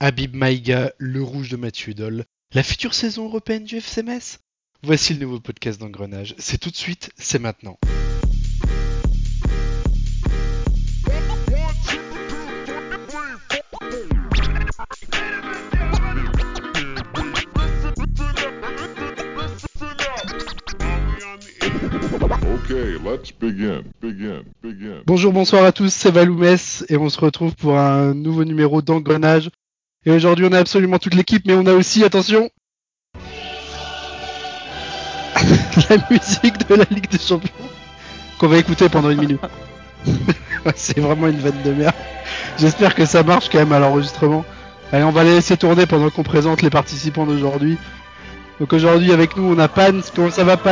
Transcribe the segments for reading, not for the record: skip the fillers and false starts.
Habib Maïga, le rouge de Mathieu Dole, la future saison européenne du FC Metz. Voici le nouveau podcast d'Engrenage. C'est tout de suite, c'est maintenant. Okay, let's begin. Bonjour, bonsoir à tous, c'est Valoumès et on se retrouve pour un nouveau numéro d'Engrenage. Et aujourd'hui, on a absolument toute l'équipe, mais on a aussi, attention, la musique de la Ligue des Champions qu'on va écouter pendant une minute. C'est vraiment une vanne de merde. J'espère que ça marche quand même à l'enregistrement. Allez, on va les laisser tourner pendant qu'on présente les participants d'aujourd'hui. Donc aujourd'hui, avec nous, on a Pan. Comment ça va, Pan ?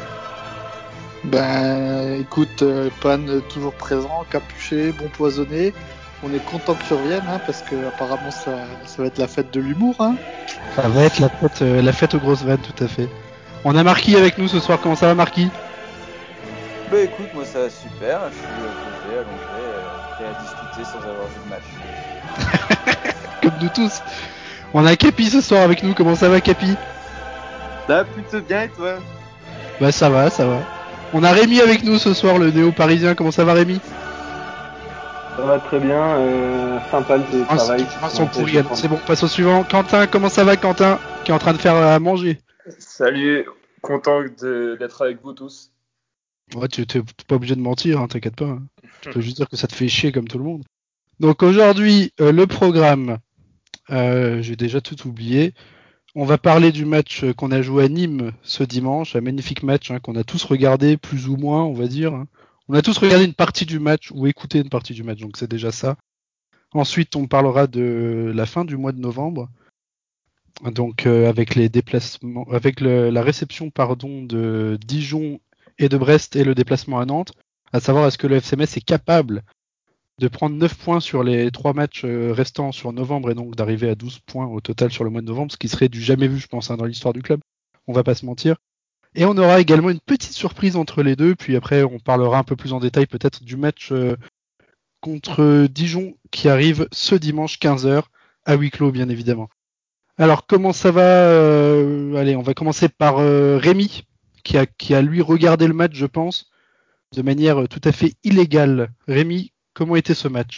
Ben, écoute, Pan toujours présent, capuché, bon poisonné. On est content que tu reviennes, hein, parce que apparemment ça va être la fête de l'humour, hein. Ça va être la fête aux grosses vannes, tout à fait. On a Marquis avec nous ce soir. Comment ça va, Marquis ? Bah écoute, moi ça va super. Je suis posé, allongé, prêt à discuter sans avoir vu le match. Comme nous tous. On a Capi ce soir avec nous. Comment ça va, Capi ? Ça va plutôt bien et toi ? Bah ça va. On a Rémi avec nous ce soir, le néo-parisien. Comment ça va, Rémi ? Ça va très bien, sympa le télétravail. Sont pourris, c'est bon, passe au suivant. Quentin, comment ça va, Quentin ? Qui est en train de faire à manger. Salut, content d'être avec vous tous. Ouais, tu t'es pas obligé de mentir, hein, t'inquiète pas. Hein. Tu peux juste dire que ça te fait chier comme tout le monde. Donc aujourd'hui, le programme, j'ai déjà tout oublié. On va parler du match qu'on a joué à Nîmes ce dimanche, un magnifique match qu'on a tous regardé, plus ou moins, on va dire. On a tous regardé une partie du match ou écouté une partie du match, donc c'est déjà ça. Ensuite, on parlera de la fin du mois de novembre, donc avec les déplacements, avec la réception de Dijon et de Brest et le déplacement à Nantes, à savoir est-ce que le FC Metz est capable de prendre 9 points sur les 3 matchs restants sur novembre et donc d'arriver à 12 points au total sur le mois de novembre, ce qui serait du jamais vu, je pense, dans l'histoire du club. On va pas se mentir. Et on aura également une petite surprise entre les deux, puis après on parlera un peu plus en détail peut-être du match contre Dijon qui arrive ce dimanche 15h à huis clos bien évidemment. Alors comment ça va Allez, on va commencer par Rémi qui a lui regardé le match, je pense, de manière tout à fait illégale. Rémi, comment était ce match ?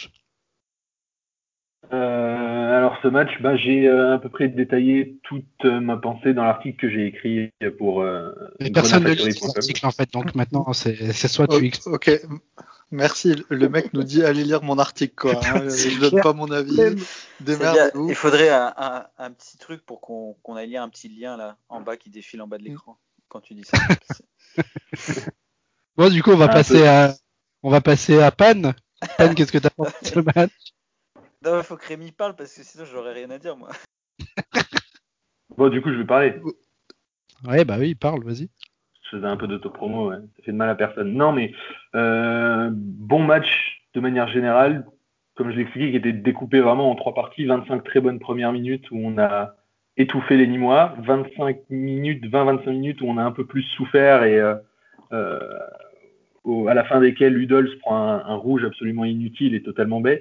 Alors ce match, j'ai à peu près détaillé toute ma pensée dans l'article que j'ai écrit pour personne ne lit l'article en fait, donc maintenant c'est soit tu expliques. Ok, merci. Le mec nous dit allez lire mon article quoi. Hein. Je donne pas mon avis. Il faudrait un petit truc pour qu'on aille lire un petit lien là en bas qui défile en bas de l'écran quand tu dis ça. Bon, du coup on va passer à Pan. Pan, qu'est-ce que t'as pensé de ce match ? Non, il faut que Rémi parle parce que sinon j'aurais rien à dire moi. Bon, du coup je vais parler. Ouais, bah oui, parle, vas-y. Je faisais un peu d'autopromo, ouais. Ça fait de mal à personne. Non, mais bon match de manière générale, comme je l'expliquais, qui était découpé vraiment en 3 parties. 25 très bonnes premières minutes où on a étouffé les Nîmois. 20-25 minutes où on a un peu plus souffert et à la fin desquelles Ludol se prend un rouge absolument inutile et totalement bête.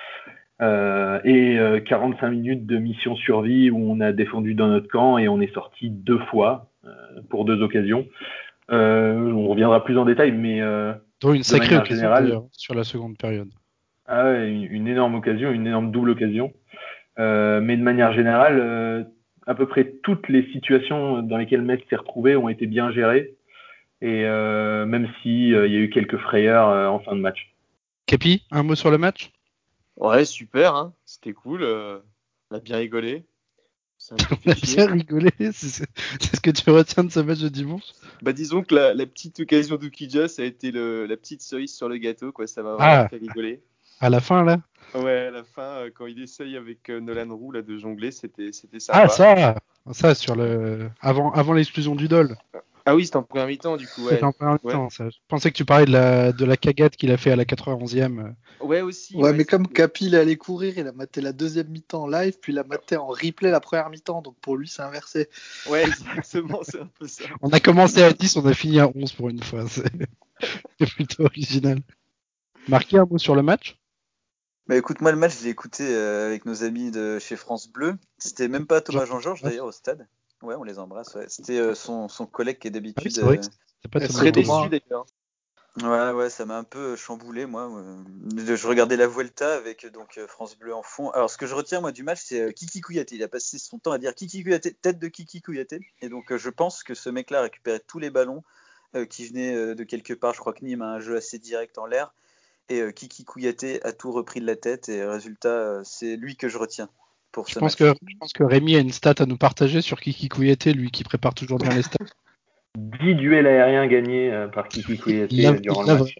Et 45 minutes de mission survie où on a défendu dans notre camp et on est sorti 2 fois pour 2 occasions. On reviendra plus en détail, mais dont une sacrée occasion générale, sur la seconde période. Ah ouais, une énorme occasion, une énorme double occasion. Mais de manière générale, à peu près toutes les situations dans lesquelles Metz s'est retrouvé ont été bien gérées. Et même s'il y a eu quelques frayeurs en fin de match. Capi, un mot sur le match ? Ouais, super, hein. C'était cool. On a bien rigolé. On a bien rigolé, c'est ce que tu retiens de ce match de dimanche ? Bah disons que la petite occasion d'Oukidja, ça a été la petite cerise sur le gâteau, quoi. Ça m'a vraiment fait rigoler. À la fin, là ? Ouais, à la fin, quand il essaye avec Nolan Roux là, de jongler, c'était sympa. Ah, ça sur avant l'explosion du Dol. Ah oui, c'était en première mi-temps, du coup, ouais. C'était en première mi-temps, ça. Je pensais que tu parlais de la cagade qu'il a fait à la 91e. Ouais, aussi. Ouais, mais comme Capi, il allait courir, il a maté la deuxième mi-temps en live, puis il a maté en replay la première mi-temps, donc pour lui, c'est inversé. Ouais, exactement, c'est un peu ça. On a commencé à 10, on a fini à 11 pour une fois. C'est plutôt original. Marqué un mot sur le match ? Bah écoute, moi le match, je l'ai écouté avec nos amis de chez France Bleu. C'était même pas Thomas Jean-Georges d'ailleurs au stade. Ouais, on les embrasse. Ouais. C'était son collègue qui est Ah oui, d'habitude. c'est vrai que c'était pas Elle Thomas serait Très Jean-Georges. déçu d'ailleurs. Ouais, ça m'a un peu chamboulé moi. Je regardais la Vuelta avec donc France Bleu en fond. Alors ce que je retiens moi du match, c'est Kiki Kouyaté. Il a passé son temps à dire Kiki Kouyaté, tête de Kiki Kouyaté. Et donc je pense que ce mec-là récupérait tous les ballons qui venaient de quelque part. Je crois que Nîmes a un jeu assez direct en l'air. Et Kiki Kouyaté a tout repris de la tête. Et résultat, c'est lui que je retiens pour Je ce pense match. que Rémi a une stat à nous partager sur Kiki Kouyaté, lui qui prépare toujours bien les stats. 10 duels aériens gagnés par Kiki Kouyaté durant le match.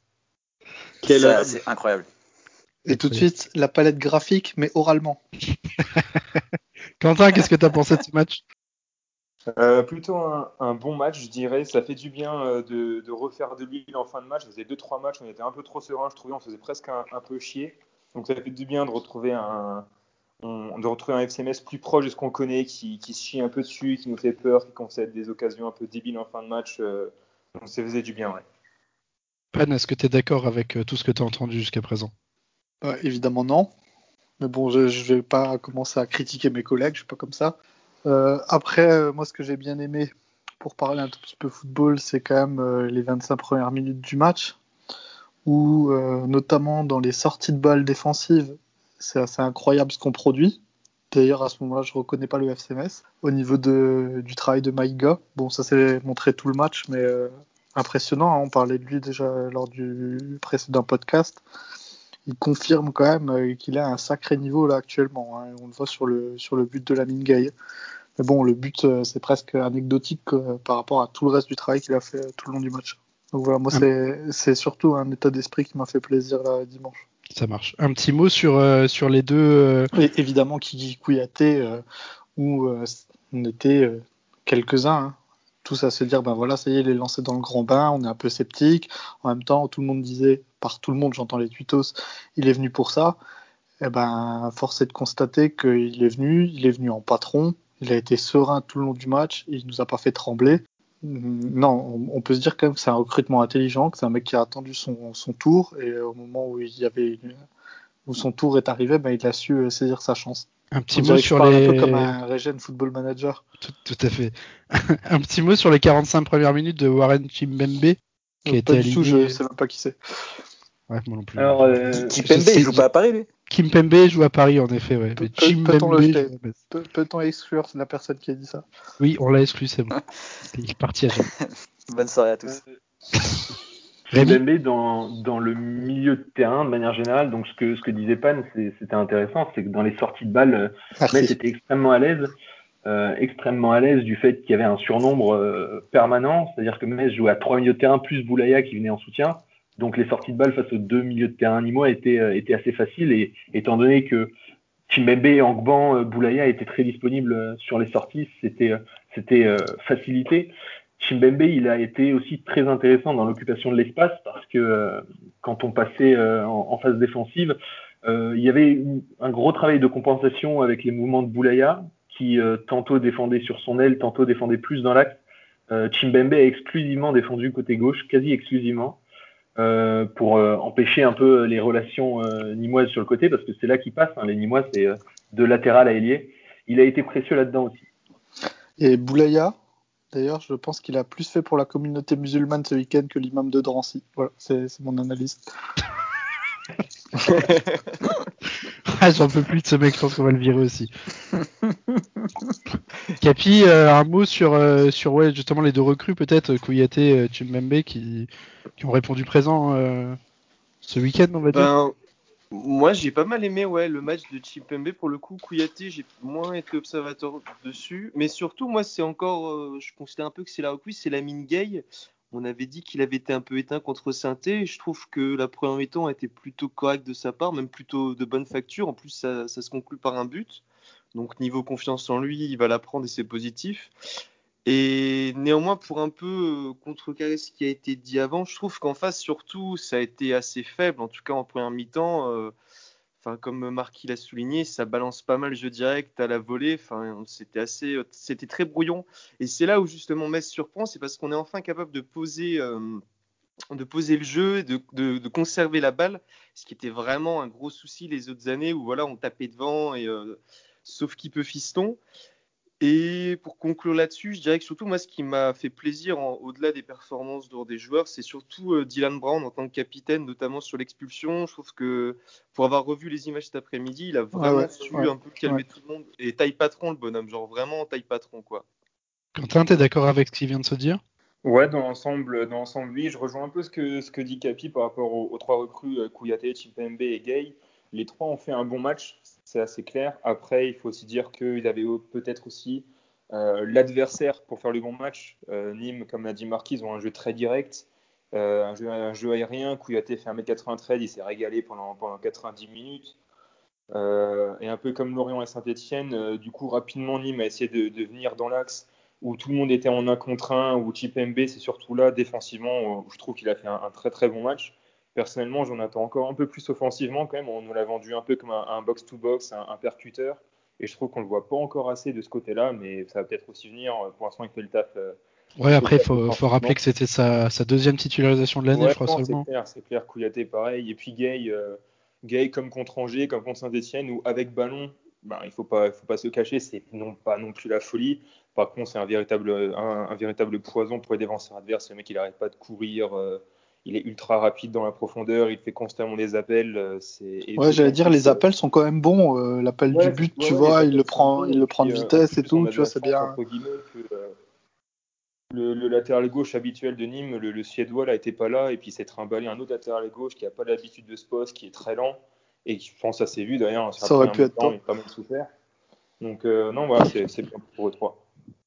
Quel Ça, homme. c'est incroyable. Et tout de suite, la palette graphique, mais oralement. Quentin, qu'est-ce que tu as pensé de ce match? Plutôt un bon match, je dirais. Ça fait du bien de refaire de l'huile en fin de match. Ça faisait 2-3 matchs, on était un peu trop serein, je trouvais. On se faisait presque un peu chier. Donc ça fait du bien de retrouver un FCMS plus proche de ce qu'on connaît, qui se chie un peu dessus, qui nous fait peur, qui concède des occasions un peu débiles en fin de match. Donc ça faisait du bien, ouais. Pan, est-ce que tu es d'accord avec tout ce que tu as entendu jusqu'à présent? Évidemment non. Mais bon, je vais pas commencer à critiquer mes collègues, je suis pas comme ça. Après, moi, ce que j'ai bien aimé pour parler un tout petit peu football, c'est quand même les 25 premières minutes du match, où notamment dans les sorties de balles défensives, c'est assez incroyable ce qu'on produit. D'ailleurs, à ce moment-là, je reconnais pas le FCMS. Au niveau du travail de Maïga, bon, ça s'est montré tout le match, mais impressionnant, hein. On parlait de lui déjà lors du précédent podcast. Il confirme quand même qu'il a un sacré niveau là actuellement, hein. On le voit sur le but de Lamine Gueye. Mais bon, le but, c'est presque anecdotique par rapport à tout le reste du travail qu'il a fait tout le long du match. Donc voilà, moi, c'est surtout un état d'esprit qui m'a fait plaisir là, dimanche. Ça marche. Un petit mot sur les deux. Et évidemment, Kiki Kouyaté, où on était quelques-uns, hein, tous à se dire, ben voilà, ça y est, il est lancé dans le grand bain, on est un peu sceptique. En même temps, tout le monde disait, par tout le monde, j'entends les tweetos, il est venu pour ça. Eh ben, force est de constater qu'il est venu en patron, il a été serein tout le long du match, il nous a pas fait trembler. Non, on peut se dire quand même que c'est un recrutement intelligent, que c'est un mec qui a attendu son tour, et au moment où son tour est arrivé, ben, il a su saisir sa chance. Un On petit mot dirait que je sur parle un peu les. comme un Regen Football Manager. Tout à fait. Un petit mot sur les 45 premières minutes de Warren Chimbembe qui a été Pas du tout, aligné. je sais même pas qui c'est. Ouais, moi non plus. Alors, Kipembe, il joue pas à Paris, lui. Kimpembe joue à Paris en effet, ouais. Mais Peut-on le Chimbembe jeter joue à Metz. Peut-on exclure la personne qui a dit ça? Oui, on l'a exclu, c'est bon. Il est parti à jamais. Bonne soirée à tous. Rémi? Kimpembe dans le milieu de terrain de manière générale, donc ce que disait Pan, c'était intéressant, c'est que dans les sorties de balles, Metz était extrêmement à l'aise du fait qu'il y avait un surnombre permanent, c'est-à-dire que Metz jouait à 3 milieux de terrain plus Boulaya qui venait en soutien, donc les sorties de balles face aux 2 milieux de terrain nîmois étaient assez faciles, et étant donné que Kimpembe, Angban, Boulaya étaient très disponibles sur les sorties, c'était facilité. Chimbembe, il a été aussi très intéressant dans l'occupation de l'espace parce que quand on passait en phase défensive, il y avait un gros travail de compensation avec les mouvements de Boulaya qui tantôt défendait sur son aile, tantôt défendait plus dans l'axe. Chimbembe a exclusivement défendu côté gauche, quasi exclusivement, pour empêcher un peu les relations nîmoises sur le côté parce que c'est là qu'il passe. Hein. Les Nîmois, c'est de latéral à ailier. Il a été précieux là-dedans aussi. Et Boulaya, d'ailleurs, je pense qu'il a plus fait pour la communauté musulmane ce week-end que l'imam de Drancy. Voilà, c'est mon analyse. J'en peux plus de ce mec, je pense qu'on va le virer aussi. Capi, un mot sur ouais, justement les deux recrues peut-être, Kouyaté et Chimbembe qui ont répondu présent ce week-end, on va dire. Ben, moi, j'ai pas mal aimé le match de Chimpembe. Pour le coup, Kouyaté, j'ai moins été observateur dessus. Mais surtout, moi, c'est encore, je considère un peu que c'est la recrue, c'est Lamine Gueye. On avait dit qu'il avait été un peu éteint contre Saint-Étienne. Je trouve que la première mi-temps a été plutôt correcte de sa part, même plutôt de bonne facture. En plus, ça se conclut par un but. Donc, niveau confiance en lui, il va la prendre et c'est positif. Et néanmoins, pour un peu contrecarrer ce qui a été dit avant, je trouve qu'en face, surtout, ça a été assez faible. En tout cas, en première mi-temps, comme Marquis l'a souligné, ça balance pas mal le jeu direct à la volée. C'était très brouillon. Et c'est là où justement Metz surprend, c'est parce qu'on est enfin capable de poser de poser le jeu, de conserver la balle, ce qui était vraiment un gros souci les autres années où voilà, on tapait devant et sauf qui peut fiston. Et pour conclure là-dessus, je dirais que surtout moi, ce qui m'a fait plaisir au-delà des performances des joueurs, c'est surtout Dylan Brown en tant que capitaine, notamment sur l'expulsion. Je trouve que pour avoir revu les images cet après-midi, il a vraiment su un peu calmer tout le monde. Et taille patron le bonhomme, genre vraiment taille patron quoi. Quentin, t'es d'accord avec ce qu'il vient de se dire? Ouais, dans l'ensemble, oui, je rejoins un peu ce que dit Capi par rapport aux trois recrues, Kouyaté, Chimpembe et Gay. Les trois ont fait un bon match, c'est assez clair. Après, il faut aussi dire qu'ils avaient peut-être aussi l'adversaire pour faire le bon match. Nîmes, comme l'a dit Marquis, ils ont un jeu très direct, un jeu aérien. Kouyaté fait 1m93, il s'est régalé pendant 90 minutes. Et un peu comme Lorient et Saint-Etienne, du coup, rapidement, Nîmes a essayé de venir dans l'axe où tout le monde était en 1 contre 1, où Chipembe, c'est surtout là, défensivement, où je trouve qu'il a fait un très très bon match. Personnellement, j'en attends encore un peu plus offensivement quand même. On nous l'a vendu un peu comme un box-to-box, un percuteur. Et je trouve qu'on ne le voit pas encore assez de ce côté-là, mais ça va peut-être aussi venir. Pour l'instant, il fait le taf. Ouais, après, faut rappeler que c'était sa deuxième titularisation de l'année, Ouais, je crois non, seulement. c'est clair. Kouyaté, pareil. Et puis Gay comme contre Angers, comme contre Saint-Etienne, où avec ballon, il faut pas se cacher, c'est pas non plus la folie. Par contre, c'est un véritable poison pour les défenseurs adverses. Le mec, il n'arrête pas de courir. Il est ultra rapide dans la profondeur. Il fait constamment des appels. Ouais, j'allais dire, les appels sont quand même bons. L'appel du but, tu vois, les il le appels sont prend, bons. il Et le prend de puis, en vitesse et plus, on tout, a tu de vois, la c'est chance, bien. entre guillemets, que le latéral gauche habituel de Nîmes, le Suédois, là, n'était pas là. Et puis, il s'est trimballé un autre latéral gauche qui n'a pas l'habitude de ce poste, qui est très lent. Et je pense que ça s'est vu d'ailleurs sur la Ça aurait première pu être mi-temps, top. il a pas mal souffert. Donc, non, voilà, c'est bien pour eux trois.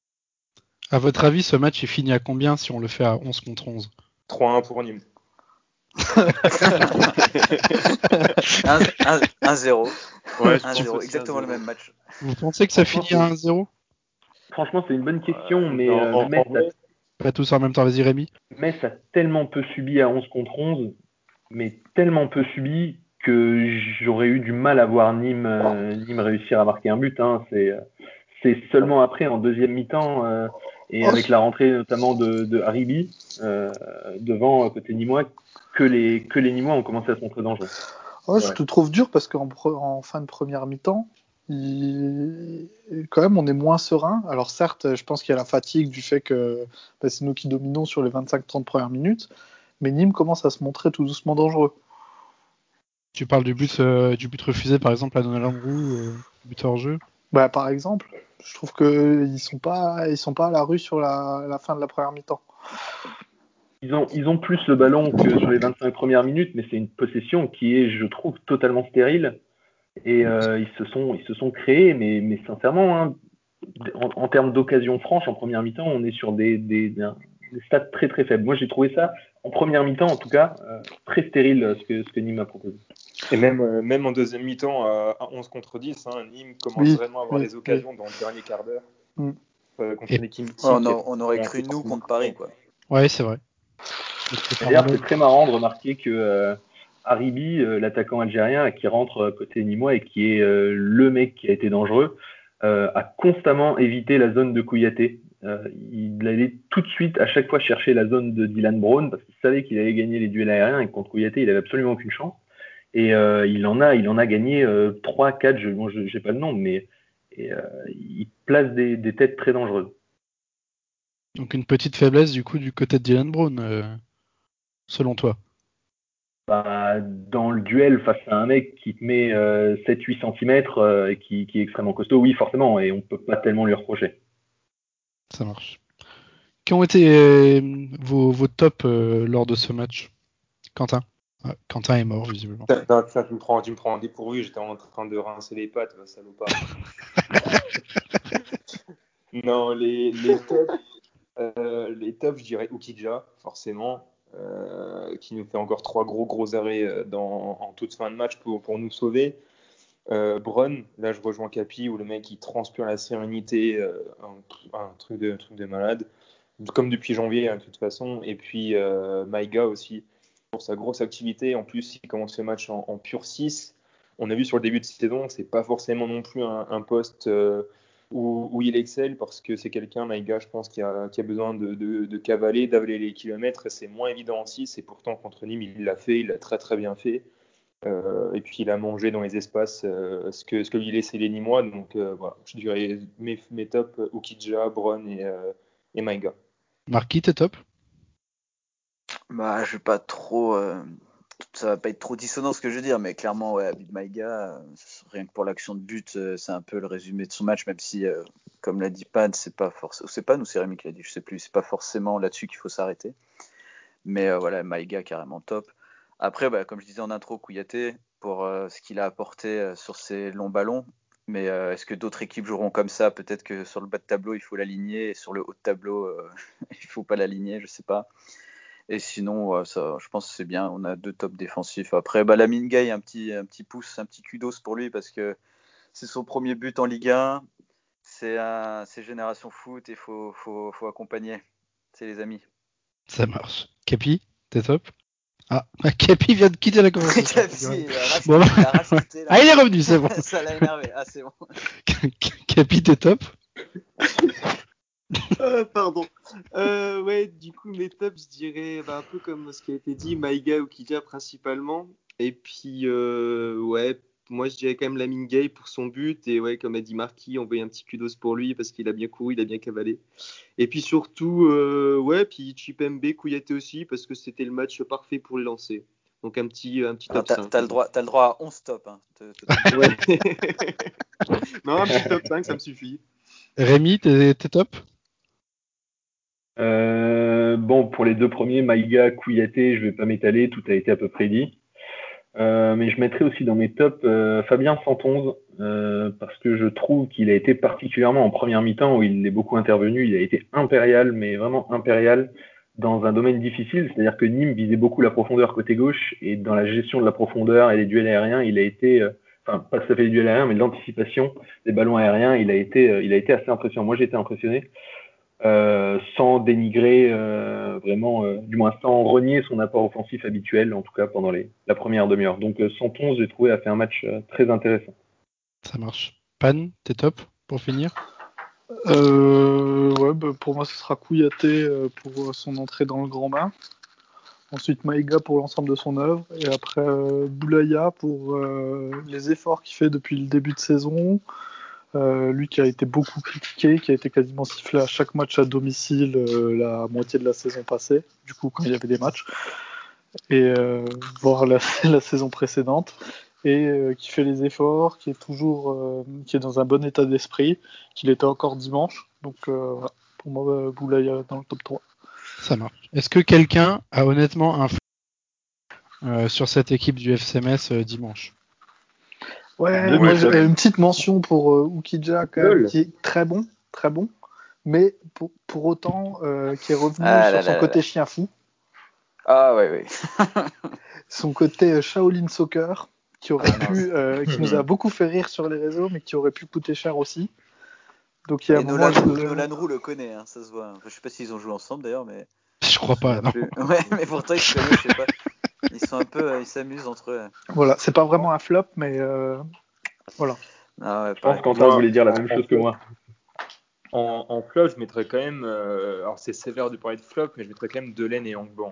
À votre avis, ce match est fini à combien si on le fait à 11 contre 11? 3-1 pour Nîmes. 1-0. Ouais, 1-0, exactement le même match. Vous pensez que ça finit à 1-0? Franchement, c'est une bonne question, mais En vrai, Pas tous en même temps, vas-y Rémi. Metz a tellement peu subi à 11 contre 11, mais tellement peu subi que j'aurais eu du mal à voir Nîmes réussir à marquer un but. Hein. C'est seulement après, en deuxième mi-temps, et avec la rentrée notamment de Haribi devant côté Nîmois, que les Nîmois ont commencé à se montrer dangereux. Ouais, je te trouve dur parce qu'en fin de première mi-temps, quand même, on est moins serein. Alors certes, je pense qu'il y a la fatigue du fait que c'est nous qui dominons sur les 25-30 premières minutes, mais Nîmes commence à se montrer tout doucement dangereux. Tu parles du but refusé par exemple à Donnarumma, but hors jeu. Par exemple, je trouve qu'ils sont pas à la rue sur la fin de la première mi-temps. Ils ont plus le ballon que sur les 25 premières minutes, mais c'est une possession qui est, je trouve, totalement stérile. Et ils se sont créés, mais sincèrement, hein, en termes d'occasion franche, en première mi-temps, on est sur des stats très très faibles. Moi, j'ai trouvé ça, en première mi-temps en tout cas, très stérile ce que Nîmes a proposé. Et même en deuxième mi-temps, à 11 contre 10, Nîmes commence vraiment à avoir des occasions dans le dernier quart d'heure. Contre une équipe on aurait cru nous contre Paris, quoi. Ouais, c'est vrai. D'ailleurs, c'est très marrant de remarquer que Haribi, l'attaquant algérien qui rentre côté nîmois et qui est le mec qui a été dangereux, a constamment évité la zone de Kouyaté. Il allait tout de suite à chaque fois chercher la zone de Dylan Brown parce qu'il savait qu'il allait gagner les duels aériens et que contre Kouyaté, il avait absolument aucune chance. Et il en a gagné 3, 4, je n'ai pas le nombre, mais il place des têtes très dangereuses. Donc une petite faiblesse du coup du côté de Dylan Brown, selon toi? Dans le duel face à un mec qui te met 7-8 cm et qui est extrêmement costaud, oui forcément, et on peut pas tellement lui reprocher. Ça marche. Qui ont été vos tops lors de ce match? Quentin? Quentin est mort visiblement. Tu me prends en dépourvu, j'étais en train de rincer les pattes, salopard. Non, les tops, je dirais Oukidja, forcément, qui nous fait encore 3 gros arrêts en toute fin de match pour nous sauver. Brun, là je rejoins Capi, où le mec il transpire la sérénité, un truc de malade, comme depuis janvier de toute façon. Et puis Maïga aussi, pour sa grosse activité. En plus, il commence ce match en pur 6. On a vu sur le début de saison, c'est pas forcément non plus un poste où il excelle parce que c'est quelqu'un, Maïga, je pense, qui a besoin de cavaler, d'avaler les kilomètres. Et c'est moins évident en 6. Et pourtant, contre Nîmes, il l'a fait, il l'a très très bien fait. Et puis il a mangé dans les espaces ce que lui laissaient les Nîmois. Donc voilà, je dirais mes tops Ukidja, Bron et Maïga. Marquis, t'es top? Bah, je vais pas trop. Ça va pas être trop dissonant ce que je veux dire, mais clairement, ouais, Abid Maïga, rien que pour l'action de but, c'est un peu le résumé de son match, même si, comme l'a dit Pan, c'est pas forcément. C'est Pan ou c'est Rémi qui l'a dit, je sais plus, c'est pas forcément là-dessus qu'il faut s'arrêter. Mais voilà, Maïga carrément top. Après, bah, comme je disais en intro, Kouyaté, pour ce qu'il a apporté sur ses longs ballons. Mais est-ce que d'autres équipes joueront comme ça? Peut-être que sur le bas de tableau, il faut l'aligner, et sur le haut de tableau, il faut pas l'aligner, je sais pas. Et sinon, ça, je pense que c'est bien. On a 2 tops défensifs. Après, bah, Lamine Gueye, un petit pouce, un petit kudos pour lui parce que c'est son premier but en Ligue 1. C'est Génération Foot et il faut accompagner. C'est les amis. Ça marche. Capi, t'es top? Ah, Capi vient de quitter la conversation. Capi, Bon, il a racheté, là. Ah, il est revenu, c'est bon. Ça l'a énervé. Ah, c'est bon. Capi, t'es top? Pardon. Ouais, du coup, mes tops, je dirais un peu comme ce qui a été dit, Maïga ou Kidja principalement. Et puis, ouais, moi, je dirais quand même Lamine Gueye pour son but. Et ouais, comme a dit Marquis, envoyer un petit kudos pour lui parce qu'il a bien couru, il a bien cavalé. Et puis surtout, ouais, puis Chipembe, Kouyaté aussi parce que c'était le match parfait pour les lancer. Donc un petit top 5. T'as le droit à 11 tops. Hein. Ouais. Non, un petit top 5, ça me suffit. Rémi, t'es top? Bon, pour les 2 premiers, Maïga, Kouyaté, je vais pas m'étaler, tout a été à peu près dit. Mais je mettrai aussi dans mes tops Fabien 111 parce que je trouve qu'il a été particulièrement en première mi-temps où il est beaucoup intervenu, il a été impérial, mais vraiment impérial dans un domaine difficile, c'est-à-dire que Nîmes visait beaucoup la profondeur côté gauche et dans la gestion de la profondeur et des duels aériens, il a été, enfin pas tout à fait les duels aériens, mais l'anticipation des ballons aériens, il a été assez impressionnant. Moi j'ai été impressionné. Sans dénigrer vraiment, du moins sans renier son apport offensif habituel, en tout cas pendant la première demi-heure. Donc 111, j'ai trouvé, a fait un match très intéressant. Ça marche. Pan, t'es top pour finir? Ouais, bah, pour moi, ce sera Kouyaté pour son entrée dans le grand bain. Ensuite, Maïga pour l'ensemble de son œuvre. Et après, Boulaya pour les efforts qu'il fait depuis le début de saison. Lui qui a été beaucoup critiqué, qui a été quasiment sifflé à chaque match à domicile la moitié de la saison passée, du coup quand il y avait des matchs, et voir la saison précédente, et qui fait les efforts, qui est toujours qui est dans un bon état d'esprit, qu'il était encore dimanche. Donc voilà, pour moi Boulaya dans le top 3. Ça marche. Est-ce que quelqu'un a honnêtement un sur cette équipe du FCMS dimanche? Ouais, moi j'ai une petite mention pour Ukidja quand même, qui est très bon, mais pour autant qui est revenu sur son côté chien fou. Ah ouais. Son côté Shaolin Soccer, qui aurait qui nous a beaucoup fait rire sur les réseaux, mais qui aurait pu coûter cher aussi. Donc il y a Nolan Roux le connaît, hein, ça se voit. Enfin, je sais pas s'ils ont joué ensemble d'ailleurs, mais je crois pas. Non. Ouais, mais pourtant ils se connaissent, je sais pas. Ils sont un peu, ils s'amusent entre eux. Voilà, c'est pas vraiment un flop, mais voilà. Ah ouais, je pense qu'Antoine voulait dire la même chose que moi. En flop, je mettrais quand même. Alors c'est sévère de parler de flop, mais je mettrais quand même Delaine et Angban.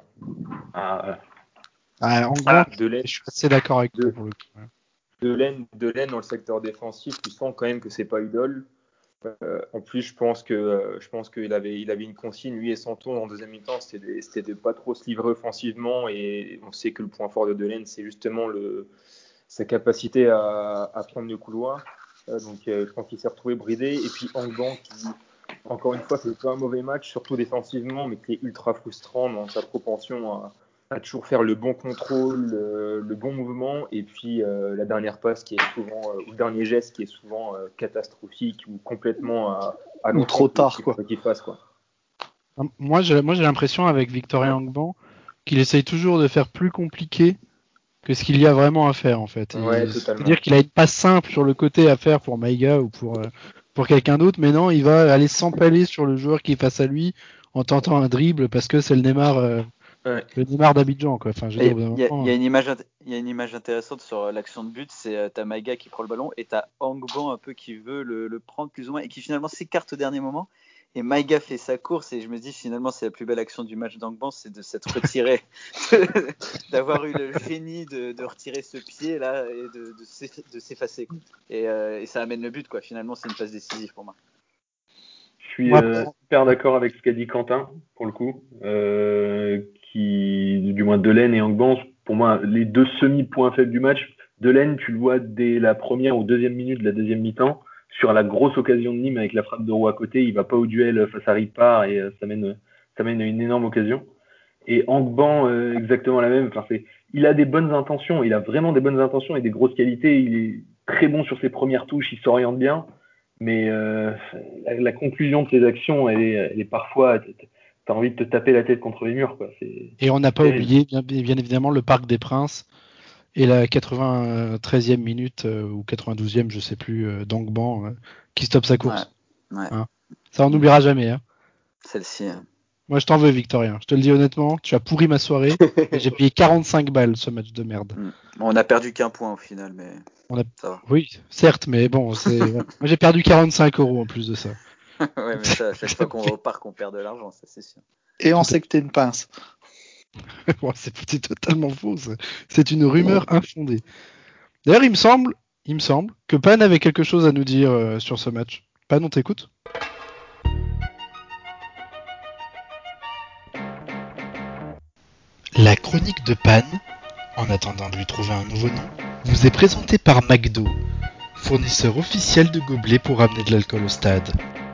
Angban, je suis assez d'accord avec toi pour le coup. Delaine dans le secteur défensif, tu sens quand même que c'est pas idole. En plus, je pense qu'il avait une consigne, lui et Santon en deuxième mi-temps, c'était de pas trop se livrer offensivement, et on sait que le point fort de Delaine, c'est justement sa capacité à prendre le couloir. Donc je pense qu'il s'est retrouvé bridé. Et puis Angban qui, encore une fois, fait pas un mauvais match, surtout défensivement, mais qui est ultra frustrant dans sa propension à toujours faire le bon contrôle, le bon mouvement, et puis la dernière passe qui est souvent, ou le dernier geste qui est souvent catastrophique ou complètement à ou trop tard qu'il fasse, quoi. Moi j'ai l'impression avec Victorien Angban qu'il essaye toujours de faire plus compliqué que ce qu'il y a vraiment à faire en fait. Ouais, c'est-à-dire qu'il a une passe simple sur le côté à faire pour Maïga ou pour quelqu'un d'autre, mais non, il va aller s'empaler sur le joueur qui est face à lui en tentant un dribble parce que c'est le Neymar Le Neymar d'Abidjan, quoi. Enfin, je veux Et dire, au bout d'un Il y a, moment, il y a une image intéressante sur l'action de but, c'est t'as Maïga qui prend le ballon et t'as Angban un peu qui veut le prendre plus ou moins et qui finalement s'écarte au dernier moment. Et Maïga fait sa course et je me dis finalement c'est la plus belle action du match d'Angban, c'est de s'être retiré, d'avoir eu le génie de retirer ce pied là et de s'effacer, quoi. Et ça amène le but, quoi. Finalement c'est une passe décisive pour moi. Je suis moi, super d'accord avec ce qu'a dit Quentin, pour le coup, qui, du moins Delaine et Angban, pour moi, les deux semi-points faibles du match. Delaine, tu le vois dès la première ou deuxième minute de la deuxième mi-temps, sur la grosse occasion de Nîmes avec la frappe de Roux à côté, il va pas au duel face à Ripard et ça mène à une énorme occasion. Et Angban, exactement la même. Enfin, il a des bonnes intentions, il a vraiment des bonnes intentions et des grosses qualités. Il est très bon sur ses premières touches, il s'oriente bien. Mais la conclusion de ses actions, elle est parfois, t'as envie de te taper la tête contre les murs, quoi. et on n'a pas terrible. oublié, bien évidemment, le Parc des Princes et la 93e minute ou 92e, je sais plus, d'Angban qui stoppe sa course. Ouais. Hein. Ça, on n'oubliera jamais. Hein. Celle-ci. Moi, je t'en veux, Victorien. Je te le dis honnêtement, tu as pourri ma soirée et j'ai payé 45 balles ce match de merde. Bon, on n'a perdu qu'un point au final, mais ça va. Oui, certes, mais bon, moi j'ai perdu 45 € en plus de ça. Ouais, mais ça, à chaque fois qu'on va au parc, on perd de l'argent, ça c'est sûr. Et on sait que t'es une pince. Bon, c'est totalement faux. C'est une rumeur infondée. D'ailleurs, il me semble que Pan avait quelque chose à nous dire sur ce match. Pan, on t'écoute. La chronique de Pan, en attendant de lui trouver un nouveau nom, vous est présentée par McDo, fournisseur officiel de gobelets pour amener de l'alcool au stade.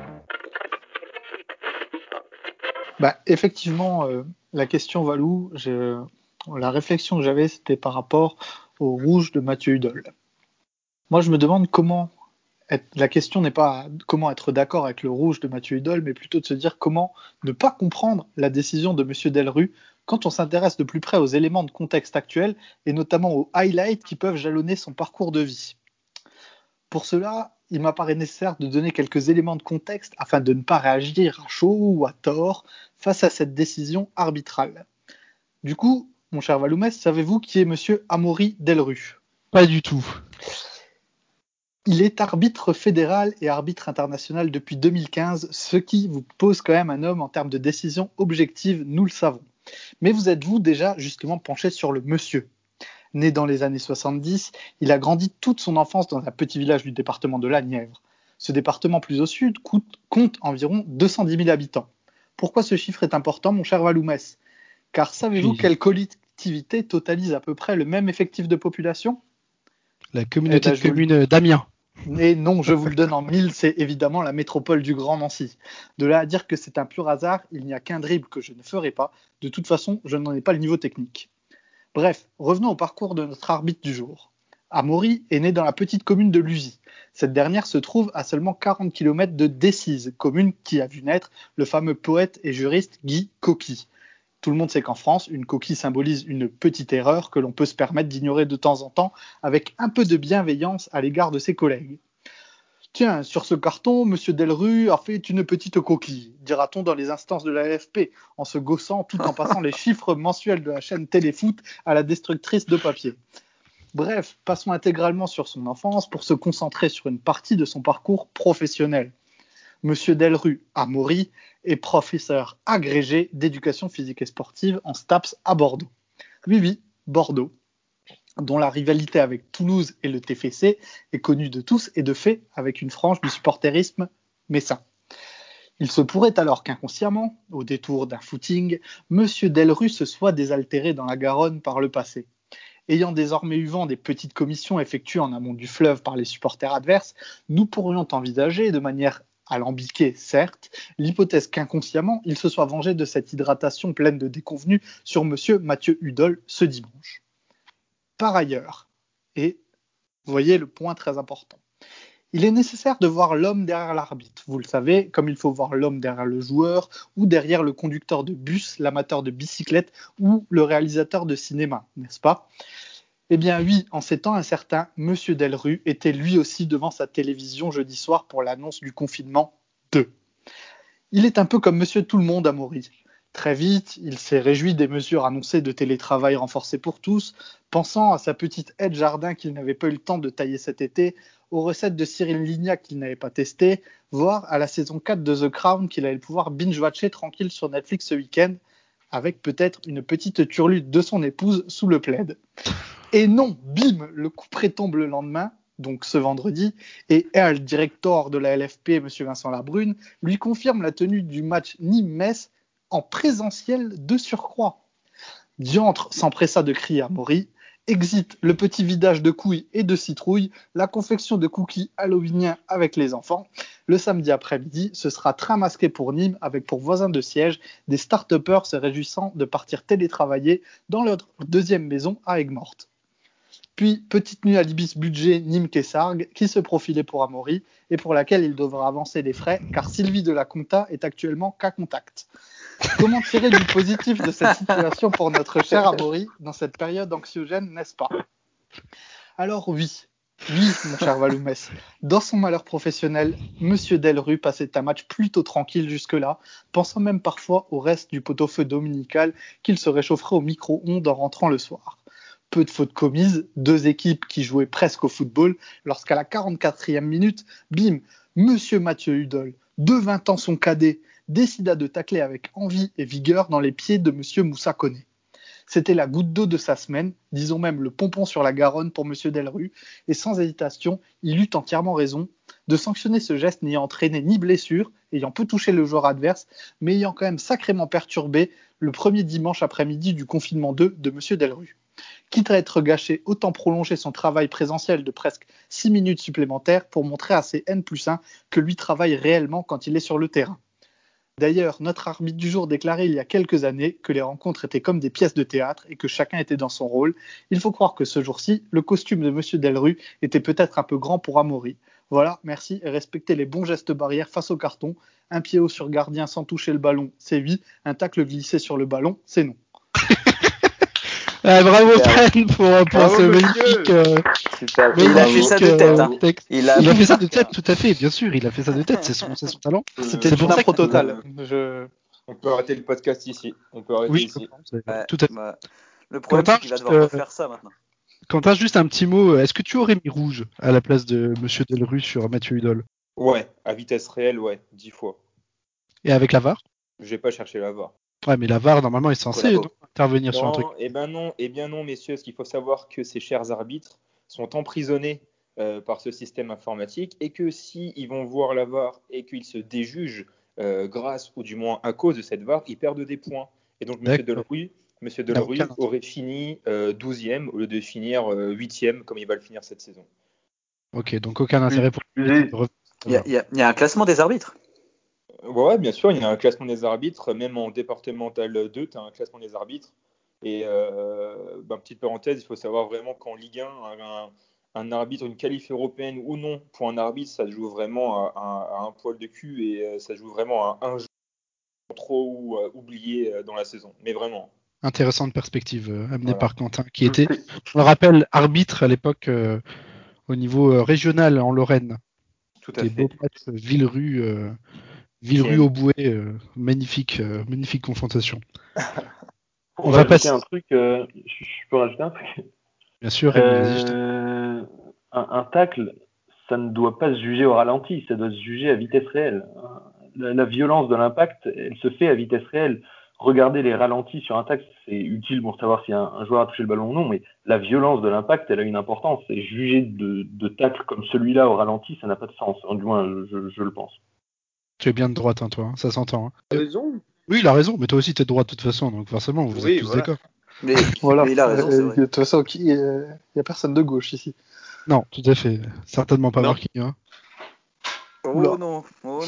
Effectivement, la question Valou, la réflexion que j'avais, c'était par rapport au rouge de Mathieu Hudol. Moi, je me demande la question n'est pas comment être d'accord avec le rouge de Mathieu Hudol, mais plutôt de se dire comment ne pas comprendre la décision de M. Delru quand on s'intéresse de plus près aux éléments de contexte actuels et notamment aux highlights qui peuvent jalonner son parcours de vie. Pour cela, il m'apparaît nécessaire de donner quelques éléments de contexte afin de ne pas réagir à chaud ou à tort face à cette décision arbitrale. Du coup, mon cher Valoumès, savez-vous qui est monsieur Amaury Delru ? Pas du tout. Il est arbitre fédéral et arbitre international depuis 2015, ce qui vous pose quand même un homme en termes de décision objective, nous le savons. Mais vous êtes-vous déjà justement penché sur le monsieur ? Né dans les années 70, il a grandi toute son enfance dans un petit village du département de la Nièvre. Ce département plus au sud compte environ 210 000 habitants. Pourquoi ce chiffre est important, mon cher Valoumès ? Car savez-vous quelle collectivité totalise à peu près le même effectif de population ? La communauté de communes d'Amiens. Et non, je vous le donne en mille, c'est évidemment la métropole du Grand Nancy. De là à dire que c'est un pur hasard, il n'y a qu'un dribble que je ne ferai pas. De toute façon, je n'en ai pas le niveau technique. Bref, revenons au parcours de notre arbitre du jour. Amaury est né dans la petite commune de Lusy. Cette dernière se trouve à seulement 40 km de Decize, commune qui a vu naître le fameux poète et juriste Guy Coquille. Tout le monde sait qu'en France, une coquille symbolise une petite erreur que l'on peut se permettre d'ignorer de temps en temps avec un peu de bienveillance à l'égard de ses collègues. Tiens, sur ce carton, M. Delru a fait une petite coquille, dira-t-on dans les instances de la LFP, en se gaussant tout en passant les chiffres mensuels de la chaîne Téléfoot à la destructrice de papier. Bref, passons intégralement sur son enfance pour se concentrer sur une partie de son parcours professionnel. M. Delru Amaury est professeur agrégé d'éducation physique et sportive en STAPS à Bordeaux. Oui, Bordeaux, dont la rivalité avec Toulouse et le TFC est connue de tous et de fait avec une frange du supporterisme messin. Il se pourrait alors qu'inconsciemment, au détour d'un footing, M. Delru se soit désaltéré dans la Garonne par le passé. Ayant désormais eu vent des petites commissions effectuées en amont du fleuve par les supporters adverses, nous pourrions envisager de manière alambiquée, certes, l'hypothèse qu'inconsciemment, il se soit vengé de cette hydratation pleine de déconvenus sur M. Mathieu Hudol ce dimanche. Par ailleurs, et voyez le point très important, il est nécessaire de voir l'homme derrière l'arbitre. Vous le savez, comme il faut voir l'homme derrière le joueur ou derrière le conducteur de bus, l'amateur de bicyclette ou le réalisateur de cinéma, n'est-ce pas ? Eh bien oui, en ces temps, un certain M. Delru était lui aussi devant sa télévision jeudi soir pour l'annonce du confinement 2. Il est un peu comme M. Tout-le-Monde Amaury. Très vite, il s'est réjoui des mesures annoncées de télétravail renforcé pour tous, pensant à sa petite aide jardin qu'il n'avait pas eu le temps de tailler cet été, aux recettes de Cyril Lignac qu'il n'avait pas testées, voire à la saison 4 de The Crown qu'il allait pouvoir binge-watcher tranquille sur Netflix ce week-end, avec peut-être une petite turlute de son épouse sous le plaid. Et non, bim, le couperet tombe le lendemain, donc ce vendredi, et le directeur de la LFP, M. Vincent Labrune, lui confirme la tenue du match Nîmes-Metz en présentiel de surcroît. Diantre s'empressa de crier à Maury, exit le petit vidage de couilles et de citrouilles, la confection de cookies halloweeniens avec les enfants. Le samedi après-midi, ce sera train masqué pour Nîmes avec pour voisin de siège des start-upers se réjouissant de partir télétravailler dans leur deuxième maison à Aigues-Mortes. Puis, petite nuit à l'Ibis budget Nîmes-Kessargues qui se profilait pour Amaury et pour laquelle il devra avancer les frais car Sylvie de la Conta est actuellement cas contact. Comment tirer du positif de cette situation pour notre cher Amaury dans cette période anxiogène, n'est-ce pas? Alors oui, mon cher Valoumès, dans son malheur professionnel, Monsieur Delrue passait un match plutôt tranquille jusque-là, pensant même parfois au reste du pot-au-feu dominical qu'il se réchaufferait au micro-ondes en rentrant le soir. Peu de fautes commises, deux équipes qui jouaient presque au football, lorsqu'à la 44e minute, bim, Monsieur Mathieu Hudol, de 20 ans son cadet, décida de tacler avec envie et vigueur dans les pieds de Monsieur Moussa Koné. C'était la goutte d'eau de sa semaine, disons même le pompon sur la Garonne pour Monsieur Delrue, et sans hésitation, il eut entièrement raison de sanctionner ce geste n'ayant entraîné ni blessure, ayant peu touché le joueur adverse, mais ayant quand même sacrément perturbé le premier dimanche après-midi du confinement 2 de Monsieur Delrue. Quitte à être gâché, autant prolonger son travail présentiel de presque 6 minutes supplémentaires pour montrer à ses N+1 que lui travaille réellement quand il est sur le terrain. D'ailleurs, notre arbitre du jour déclarait il y a quelques années que les rencontres étaient comme des pièces de théâtre et que chacun était dans son rôle. Il faut croire que ce jour-ci, le costume de Monsieur Delrue était peut-être un peu grand pour Amaury. Voilà, merci, et respectez les bons gestes barrières face au carton. Un pied haut sur gardien sans toucher le ballon, c'est oui. Un tacle glissé sur le ballon, c'est non. Bravo Pen pour Bravo, ce monsieur. Super. magnifique, Il a fait ça de tête. Hein. texte. Il a fait ça de tête, tout à fait, bien sûr, il a fait ça de tête, c'est son talent. C'était C'est pour une ça impro que- totale. On peut arrêter le podcast ici. On peut arrêter Oui, ici. Ouais, tout à fait. bah, le problème, Quentin, c'est qu'il va devoir refaire ça maintenant. Quentin, juste un petit mot, est-ce que tu aurais mis rouge à la place de Monsieur Delrue sur Mathieu Hudol? Ouais, à vitesse réelle, ouais, 10 fois. Et avec la VAR? J'ai pas cherché la VAR. Ouais, mais la VAR, normalement, est censée Collabo. intervenir sur un truc. Non, eh ben non, messieurs, ce qu'il faut savoir que ces chers arbitres sont emprisonnés par ce système informatique et que si ils vont voir la VAR et qu'ils se déjugent grâce ou du moins à cause de cette VAR, ils perdent des points. Et donc Monsieur Delrue aurait fini 12e au lieu de finir 8e comme il va le finir cette saison. Ok, donc aucun intérêt pour Oui. Il y a un classement des arbitres. Ouais, bien sûr, il y a un classement des arbitres, même en départemental 2, tu as un classement des arbitres. Et petite parenthèse, il faut savoir vraiment qu'en Ligue 1, un arbitre, une qualif européenne ou non, pour un arbitre, ça se joue vraiment à un poil de cul et ça se joue vraiment à un jeu trop oublié dans la saison. Mais vraiment. Intéressante perspective amenée Voilà. par Quentin, qui était, on le rappelle, arbitre à l'époque au niveau régional en Lorraine. Tout à Des beaux fait. matchs Villerue-Auboué, magnifique confrontation. On va va passer- passer un truc. Je peux rajouter un truc. Bien sûr, Rémi, vas-y, je t'en- Un tacle, ça ne doit pas se juger au ralenti, ça doit se juger à vitesse réelle. La violence de l'impact, elle se fait à vitesse réelle. Regarder les ralentis sur un tacle, c'est utile pour savoir si un joueur a touché le ballon ou non, mais la violence de l'impact, elle a une importance. Et juger de tacles comme celui-là au ralenti, ça n'a pas de sens. Du moins, je le pense. Tu es bien de droite, hein, toi, hein, ça s'entend. Hein. T'as raison. Oui, il a raison, mais toi aussi, t'es de droite de toute façon, donc forcément, vous Oui, êtes tous voilà. d'accord. Mais Voilà. il a raison, c'est vrai. De toute façon, il n'y a personne de gauche ici. Non, tout à fait. Certainement pas Non. Marquis. Hein. Oula. Oh non.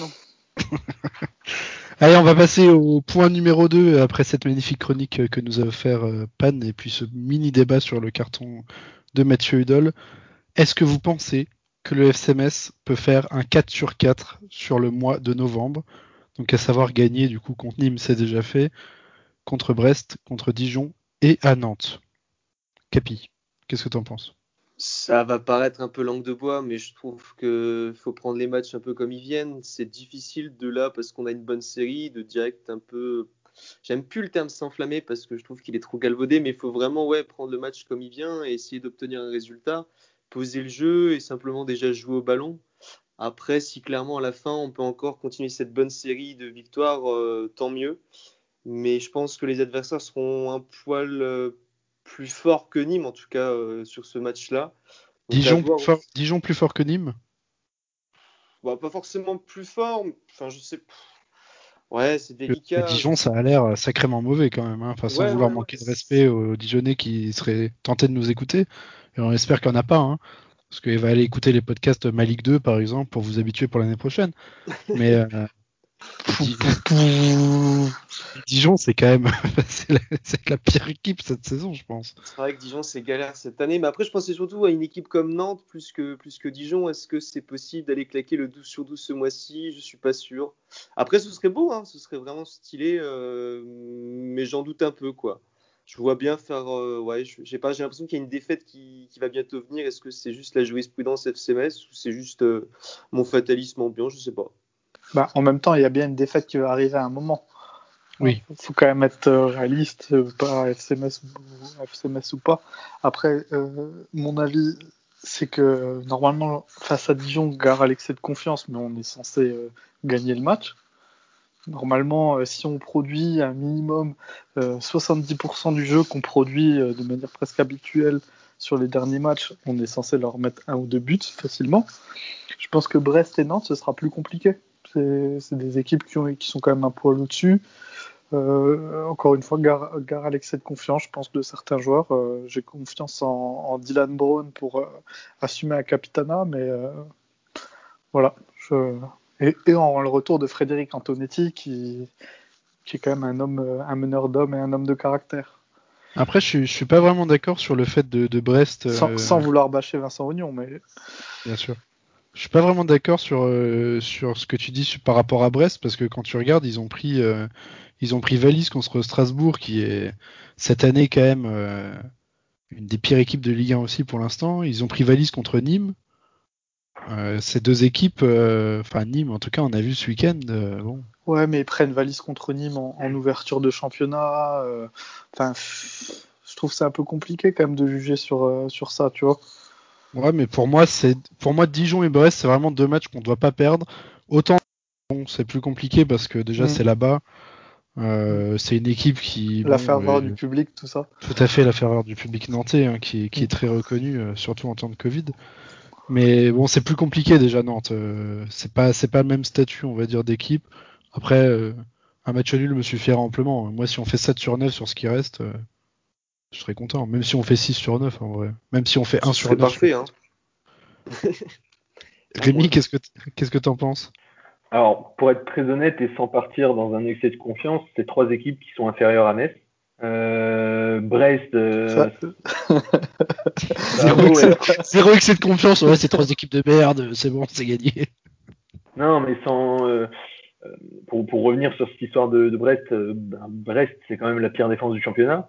Allez, on va passer au point numéro 2 après cette magnifique chronique que nous a offert Pan et puis ce mini débat sur le carton de Mathieu Hudol. Est-ce que vous pensez que le FCMS peut faire un 4 sur 4 sur le mois de novembre? Donc à savoir gagner du coup contre Nîmes, c'est déjà fait, contre Brest, contre Dijon et à Nantes. Capi, qu'est-ce que tu en penses? Ça va paraître un peu langue de bois, mais je trouve qu'il faut prendre les matchs un peu comme ils viennent. C'est difficile de là, parce qu'on a une bonne série, de direct un peu j'aime plus le terme s'enflammer parce que je trouve qu'il est trop galvaudé, mais il faut vraiment prendre le match comme il vient et essayer d'obtenir un résultat, poser le jeu et simplement déjà jouer au ballon. Après, si clairement à la fin on peut encore continuer cette bonne série de victoires, tant mieux. Mais je pense que les adversaires seront un poil plus forts que Nîmes, en tout cas sur ce match-là. Donc à voir. Dijon plus fort que Nîmes. Bah, pas forcément plus fort. Enfin, je sais. Ouais, c'est Que délicat. Dijon, ça a l'air sacrément mauvais quand même. Hein. Enfin, sans vouloir manquer de respect aux Dijonnais qui seraient tentés de nous écouter. Et on espère qu'il n'y en a pas. Hein. Parce qu'il va aller écouter les podcasts Malik 2, par exemple, pour vous habituer pour l'année prochaine. Mais Dijon, c'est quand même c'est la pire équipe cette saison, je pense. C'est vrai que Dijon, c'est galère cette année. Mais après, je pensais surtout à une équipe comme Nantes plus que Dijon. Est-ce que c'est possible d'aller claquer le 12/12 ce mois-ci? Je suis pas sûr. Après, ce serait beau, hein. Ce serait vraiment stylé. Mais j'en doute un peu, quoi. Je vois bien faire. Je sais pas, j'ai l'impression qu'il y a une défaite qui va bientôt venir. Est-ce que c'est juste la jurisprudence FCMS ou c'est juste mon fatalisme ambiant? Je sais pas. Bah, en même temps, il y a bien une défaite qui va arriver à un moment. Oui. Il faut quand même être réaliste, pas FCMS ou pas. Après, mon avis, c'est que normalement, face à Dijon, Gare a l'excès de confiance, mais on est censé gagner le match. Normalement, si on produit un minimum 70% du jeu qu'on produit de manière presque habituelle sur les derniers matchs, on est censé leur mettre 1 ou 2 buts facilement. Je pense que Brest et Nantes, ce sera plus compliqué. C'est des équipes qui sont quand même un poil au-dessus. Encore une fois, Gare à l'excès de confiance, je pense, de certains joueurs. J'ai confiance en Dylan Brown pour assumer un capitana, mais voilà. Et en le retour de Frédéric Antonetti, qui est quand même un meneur d'hommes et un homme de caractère. Après, je suis pas vraiment d'accord sur le fait de Brest. Sans vouloir bâcher Vincent Ognon, mais. Bien sûr. Je suis pas vraiment d'accord sur ce que tu dis par rapport à Brest, parce que quand tu regardes, ils ont pris Valise contre Strasbourg, qui est cette année quand même une des pires équipes de Ligue 1 aussi pour l'instant. Ils ont pris Valise contre Nîmes. Ces deux équipes, enfin Nîmes en tout cas, on a vu ce week-end. Bon. Ouais, mais ils prennent Valise contre Nîmes en ouverture de championnat. Enfin, je trouve que c'est un peu compliqué quand même de juger sur ça, tu vois. Ouais, mais pour moi Dijon et Brest, c'est vraiment deux matchs qu'on doit pas perdre. Autant bon, c'est plus compliqué parce que déjà c'est là-bas. C'est une équipe qui la ferveur du public, tout ça. Tout à fait, la ferveur du public nantais, hein, qui est très reconnu, surtout en temps de Covid. Mais bon, c'est plus compliqué déjà Nantes. C'est pas le même statut, on va dire, d'équipe. Après, un match nul me suffirait amplement. Moi, si on fait 7 sur 9 sur ce qui reste, je serais content. Même si on fait 6 sur 9, en vrai. Même si on fait 1 sur 9. Parfait, hein. Rémi, qu'est-ce que t'en penses? Alors, pour être très honnête et sans partir dans un excès de confiance, c'est trois équipes qui sont inférieures à Metz. Brest. Zéro excès de confiance, ouais, c'est trois équipes de merde, c'est bon, c'est gagné. Non, mais sans. Pour revenir sur cette histoire de Brest, Brest, c'est quand même la pire défense du championnat.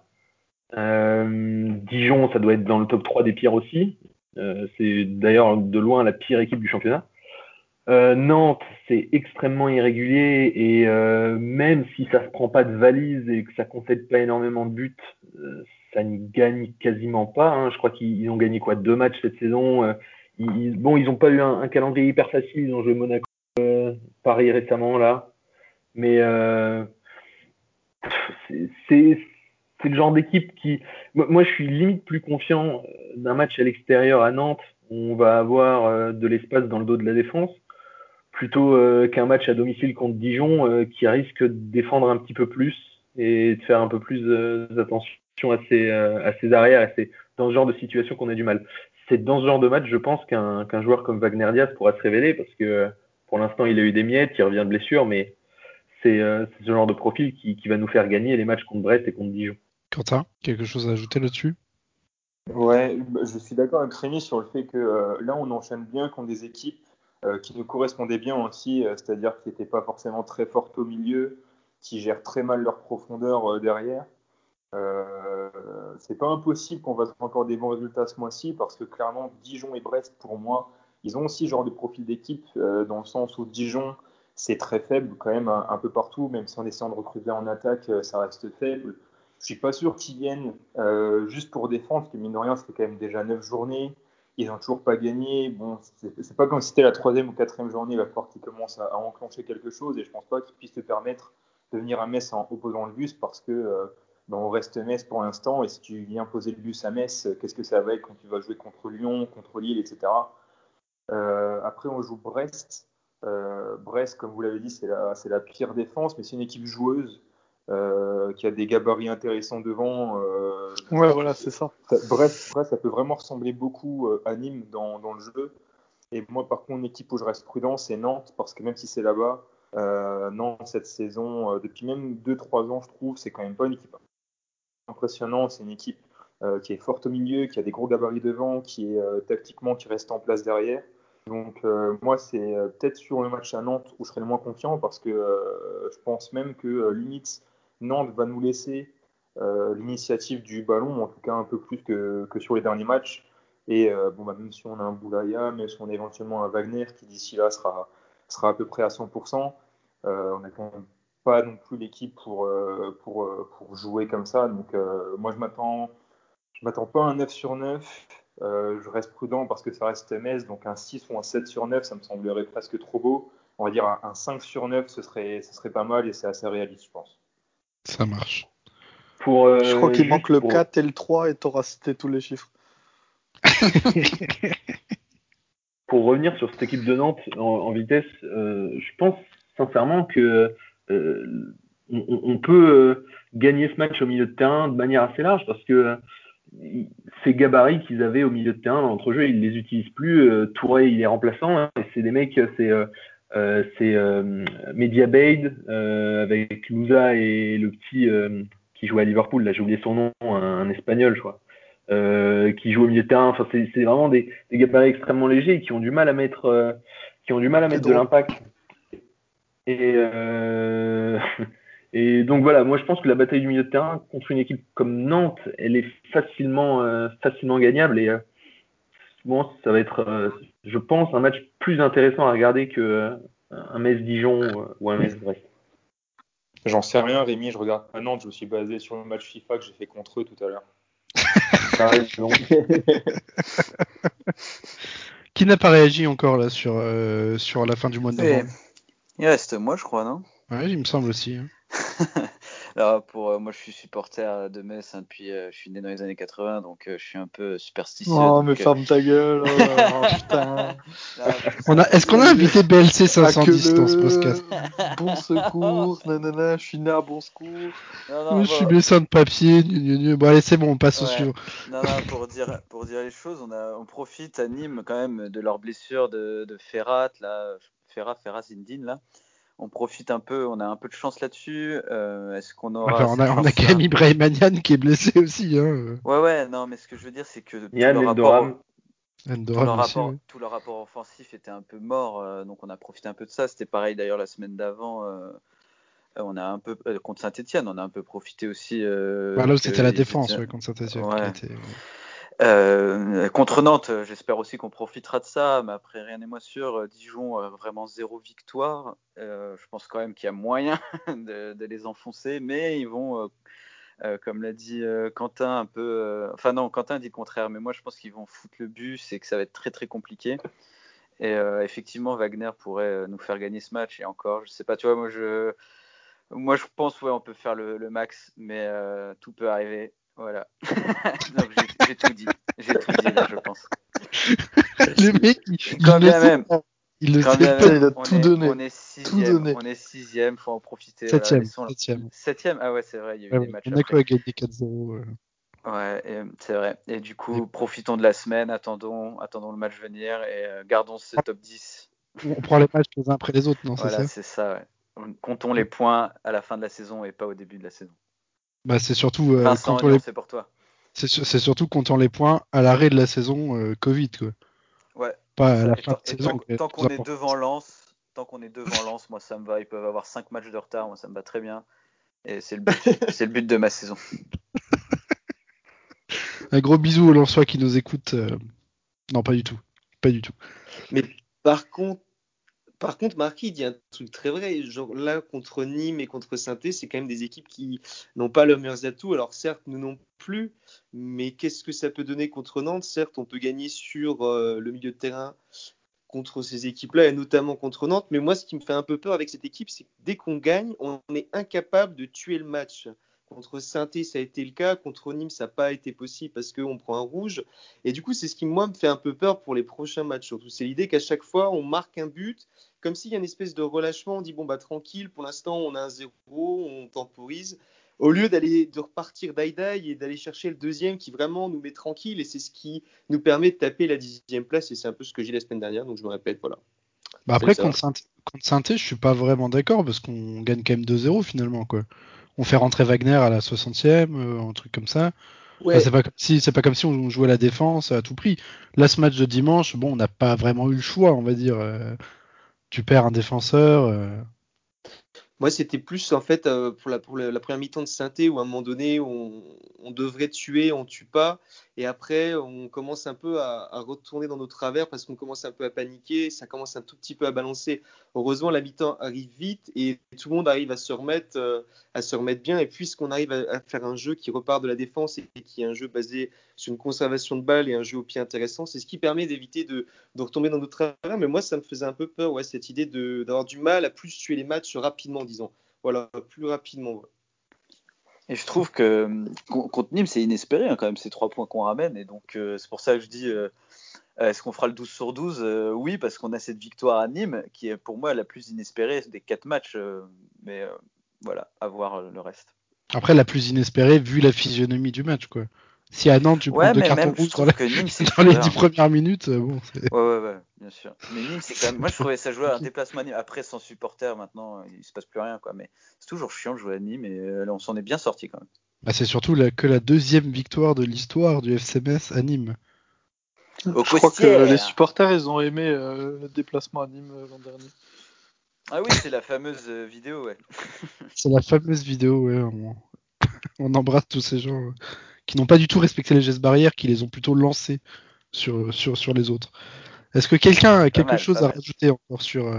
Dijon, ça doit être dans le top 3 des pires aussi. C'est d'ailleurs de loin la pire équipe du championnat. Nantes, c'est extrêmement irrégulier et même si ça se prend pas de valise et que ça concède pas énormément de buts, ça n'y gagne quasiment pas. Hein. Je crois qu'ils ont gagné 2 matchs cette saison. Ils ont pas eu un calendrier hyper facile. Ils ont joué Monaco, Paris récemment là, mais c'est le genre d'équipe qui, moi je suis limite plus confiant d'un match à l'extérieur à Nantes où on va avoir de l'espace dans le dos de la défense, plutôt qu'un match à domicile contre Dijon qui risque de défendre un petit peu plus et de faire un peu plus attention à ses arrières. Et c'est dans ce genre de situation qu'on a du mal. C'est dans ce genre de match, je pense, qu'un joueur comme Wagner Diaz pourra se révéler, parce que pour l'instant, il a eu des miettes, il revient de blessure, mais c'est ce genre de profil qui va nous faire gagner les matchs contre Brest et contre Dijon. Quentin, quelque chose à ajouter là-dessus? Ouais, je suis d'accord avec Rémi sur le fait que là, on enchaîne bien contre des équipes qui nous correspondaient bien aussi, c'est-à-dire qui n'étaient pas forcément très fortes au milieu, qui gèrent très mal leur profondeur derrière. C'est pas impossible qu'on fasse encore des bons résultats ce mois-ci, parce que clairement, Dijon et Brest, pour moi, ils ont aussi ce genre de profil d'équipe, dans le sens où Dijon, c'est très faible quand même un peu partout, même si en essayant de recruter en attaque, ça reste faible. Je suis pas sûr qu'ils viennent juste pour défendre, parce que mine de rien, ça fait quand même déjà 9 journées. Ils n'ont toujours pas gagné. Bon, c'est pas comme si c'était la 3e ou 4e journée, il va falloir qu'ils commencent à enclencher quelque chose, et je pense pas qu'ils puissent se permettre de venir à Metz en opposant le bus, parce que on reste Metz pour l'instant, et si tu viens poser le bus à Metz, qu'est-ce que ça va être quand tu vas jouer contre Lyon, contre Lille, etc. Après, on joue Brest. Brest, comme vous l'avez dit, c'est la pire défense, mais c'est une équipe joueuse qui a des gabarits intéressants devant. Ouais, voilà, c'est ça. Brest, ça peut vraiment ressembler beaucoup à Nîmes dans le jeu. Et moi, par contre, une équipe où je reste prudent, c'est Nantes, parce que même si c'est là-bas, Nantes, cette saison, depuis même 2-3 ans, je trouve, c'est quand même pas une équipe impressionnante. C'est une équipe qui est forte au milieu, qui a des gros gabarits devant, qui est tactiquement, qui reste en place derrière. Donc moi, c'est peut-être sur le match à Nantes où je serai le moins confiant, parce que je pense même que limite, Nantes va nous laisser l'initiative du ballon, en tout cas un peu plus que sur les derniers matchs. Et même si on a un Boulaya, même si on a éventuellement un Wagner qui d'ici là sera à peu près à 100%, on n'a quand même pas non plus l'équipe pour jouer comme ça. Donc moi, je m'attends pas à un 9 sur 9. Je reste prudent parce que ça reste Metz, donc un 6 ou un 7 sur 9, ça me semblerait presque trop beau. On va dire un 5 sur 9, ce serait pas mal, et c'est assez réaliste, je pense. Ça marche. Je crois qu'il Juste manque le pour- 4 et le 3 et t'auras cité tous les chiffres. Pour revenir sur cette équipe de Nantes en vitesse, je pense sincèrement que on peut gagner ce match au milieu de terrain de manière assez large, parce que ces gabarits qu'ils avaient au milieu de terrain dans l'entrejeu, ils les utilisent plus. Touré, il est remplaçant, hein, et c'est des mecs, c'est Mediabaid avec Louza et le petit qui jouait à Liverpool, là j'ai oublié son nom, un espagnol, je crois. Qui joue au milieu de terrain. Enfin, c'est vraiment des gabarits extrêmement légers qui ont du mal à mettre, de l'impact. Et, et donc voilà, moi je pense que la bataille du milieu de terrain contre une équipe comme Nantes, elle est facilement gagnable. Et bon, ça va être, je pense, un match plus intéressant à regarder que un Metz-Dijon ou un Metz-Brest. J'en sais rien, Rémi, je regarde pas Nantes, je me suis basé sur le match FIFA que j'ai fait contre eux tout à l'heure. T'as raison. Qui n'a pas réagi encore là sur la fin du mois de novembre? Il reste moi, je crois, non? Ouais, il me semble aussi. Hein. Alors moi je suis supporter de Metz, hein, depuis je suis né dans les années 80, donc je suis un peu superstitieux. Oh, donc, mais ferme ta gueule. Oh, putain. Est-ce qu'on a invité BLC 510 dans ce podcast? Bon secours, nanana, je suis né à bon secours. Non, Je suis médecin de papier. Bon, allez, c'est bon, on passe au suivant. Non, pour dire les choses, on profite à Nîmes quand même de leur blessure de Ferrat, là, Ferrat Zindine, là. On profite un peu, on a un peu de chance là-dessus. Est-ce qu'on aura Enfin, on a quand même Ibrahim Manian qui est blessé aussi. Hein. Ouais, non, mais ce que je veux dire, c'est que Il y a Nendoram. tout leur rapport offensif était un peu mort, donc on a profité un peu de ça. C'était pareil d'ailleurs la semaine d'avant. On a un peu contre Saint-Etienne, on a un peu profité aussi. Là, c'était la défense, contre Saint-Etienne. Ouais. Contre Nantes, j'espère aussi qu'on profitera de ça, mais après rien n'est moins sûr. Dijon, vraiment 0 victoire. Je pense quand même qu'il y a moyen de les enfoncer, mais ils vont, comme l'a dit Quentin, un peu. Enfin non, Quentin dit le contraire, mais moi je pense qu'ils vont foutre le bus et que ça va être très très compliqué. Et effectivement, Wagner pourrait nous faire gagner ce match. Et encore, je sais pas, tu vois, moi je pense, ouais, on peut faire le max, mais tout peut arriver. Voilà. Donc j'ai tout dit. J'ai tout dit là, je pense. Le mec, quand bien même. Il a tout donné. On est sixième. On est sixième. Faut en profiter. Septième. Septième. Ah ouais, c'est vrai. Il y a eu des matchs. Monaco a gagné 4-0. Ouais, c'est vrai. Et du coup, profitons de la semaine. Attendons le match venir et gardons ce top 10. On prend les matchs les uns après les autres, non? Voilà, c'est ça. Ouais. Comptons les points à la fin de la saison et pas au début de la saison. Bah, c'est surtout Vincent, c'est pour toi. C'est surtout comptant les points à l'arrêt de la saison Covid, quoi. Ouais. Pas à la fin de la saison. Tant qu'on est devant Lens, moi ça me va. Ils peuvent avoir 5 matchs de retard, moi ça me va très bien. Et c'est le but. C'est le but de ma saison. Un gros bisou aux Lensois qui nous écoutent. Non, pas du tout. Pas du tout. Mais par contre, Par contre, Marquis dit un truc très vrai. Genre là, contre Nîmes et contre Saint-Étienne, c'est quand même des équipes qui n'ont pas leurs meilleurs atouts. Alors certes, nous non plus, mais qu'est-ce que ça peut donner contre Nantes? Certes, on peut gagner sur le milieu de terrain contre ces équipes-là, et notamment contre Nantes. Mais moi, ce qui me fait un peu peur avec cette équipe, c'est que dès qu'on gagne, on est incapable de tuer le match. Contre Saint-Étienne, ça a été le cas. Contre Nîmes, ça n'a pas été possible parce qu'on prend un rouge. Et du coup, c'est ce qui, moi, me fait un peu peur pour les prochains matchs. Surtout, c'est l'idée qu'à chaque fois, on marque un but, comme s'il y a une espèce de relâchement. On dit, bon, bah tranquille, pour l'instant, on a un 0, on temporise. Au lieu de repartir d'aïe et d'aller chercher le deuxième qui vraiment nous met tranquille. Et c'est ce qui nous permet de taper la 10e place. Et c'est un peu ce que j'ai dit la semaine dernière. Donc, je me répète, voilà. Bah après, contre Saint-Étienne, je suis pas vraiment d'accord parce qu'on gagne quand même 2-0 finalement, quoi. On fait rentrer Wagner à la 60e, un truc comme ça. Ouais. Enfin, c'est pas comme si on jouait la défense à tout prix. Là, ce match de dimanche, bon, on n'a pas vraiment eu le choix, on va dire. Tu perds un défenseur. Moi, c'était plus en fait pour la première mi-temps de Saint-Étienne où à un moment donné, on devrait tuer, on tue pas. Et après, on commence un peu à retourner dans nos travers parce qu'on commence un peu à paniquer. Ça commence un tout petit peu à balancer. Heureusement, la mi-temps arrive vite et tout le monde arrive à se remettre bien. Et puisqu'on arrive à faire un jeu qui repart de la défense et qui est un jeu basé sur une conservation de balles et un jeu au pied intéressant, c'est ce qui permet d'éviter de retomber dans nos travers. Mais moi, ça me faisait un peu peur, ouais, cette idée d'avoir du mal à plus tuer les matchs rapidement, disons. Voilà, plus rapidement. Ouais. Et je trouve que contre Nîmes, c'est inespéré quand même, ces 3 points qu'on ramène. Et donc, c'est pour ça que je dis, est-ce qu'on fera le 12 sur 12 Oui, parce qu'on a cette victoire à Nîmes, qui est pour moi la plus inespérée des 4 matchs. Mais voilà, à voir le reste. Après, la plus inespérée, vu la physionomie du match, quoi. Si à Nantes, tu prends 2 cartons rouges dans les 10 premières minutes, bon, c'est... Ouais, bien sûr. Mais Nîmes, c'est quand même... Moi, je trouvais ça jouer à un déplacement à Nîmes. Après, sans supporter, maintenant, il se passe plus rien, quoi. Mais c'est toujours chiant de jouer à Nîmes, et là, on s'en est bien sorti, quand même. Bah, c'est surtout que la deuxième victoire de l'histoire du FC Metz à Nîmes. Je crois que les supporters, ils ont aimé le déplacement à Nîmes l'an dernier. Ah oui, c'est la fameuse vidéo, ouais. C'est la fameuse vidéo, ouais. On embrasse tous ces gens qui n'ont pas du tout respecté les gestes barrières, qui les ont plutôt lancés sur les autres. Est-ce que quelqu'un a quelque chose à rajouter encore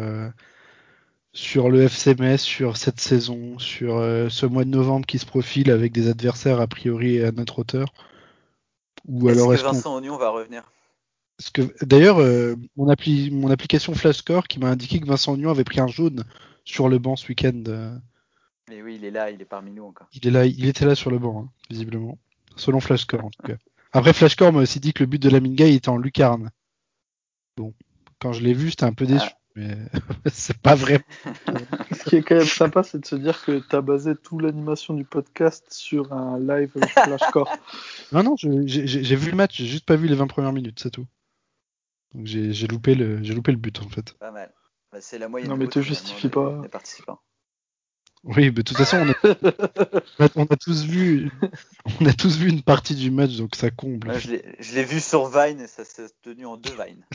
sur le FC Metz, sur cette saison, sur ce mois de novembre qui se profile avec des adversaires a priori à notre hauteur? Ou alors est-ce que Vincent Ognon va revenir? D'ailleurs, mon application Flashscore qui m'a indiqué que Vincent Ognon avait pris un jaune sur le banc ce week-end. Mais oui, il est là, il est parmi nous encore. Il était là sur le banc, hein, visiblement. Selon Flashscore, en tout cas. Après, Flashscore m'a aussi dit que le but de Lamine Gueye était en lucarne. Bon, quand je l'ai vu, j'étais un peu déçu, mais c'est pas vrai. Ce qui est quand même sympa, c'est de se dire que tu as basé toute l'animation du podcast sur un live Flashscore. Non, j'ai vu le match, j'ai juste pas vu les 20 premières minutes, c'est tout. Donc j'ai loupé le but, en fait. Pas mal. Bah, c'est la moyenne. Non, mais te justifie pas. Des participants. Oui, mais de toute façon, on a tous vu une partie du match, donc ça comble. Moi, je l'ai vu sur Vine et ça s'est tenu en 2 Vines.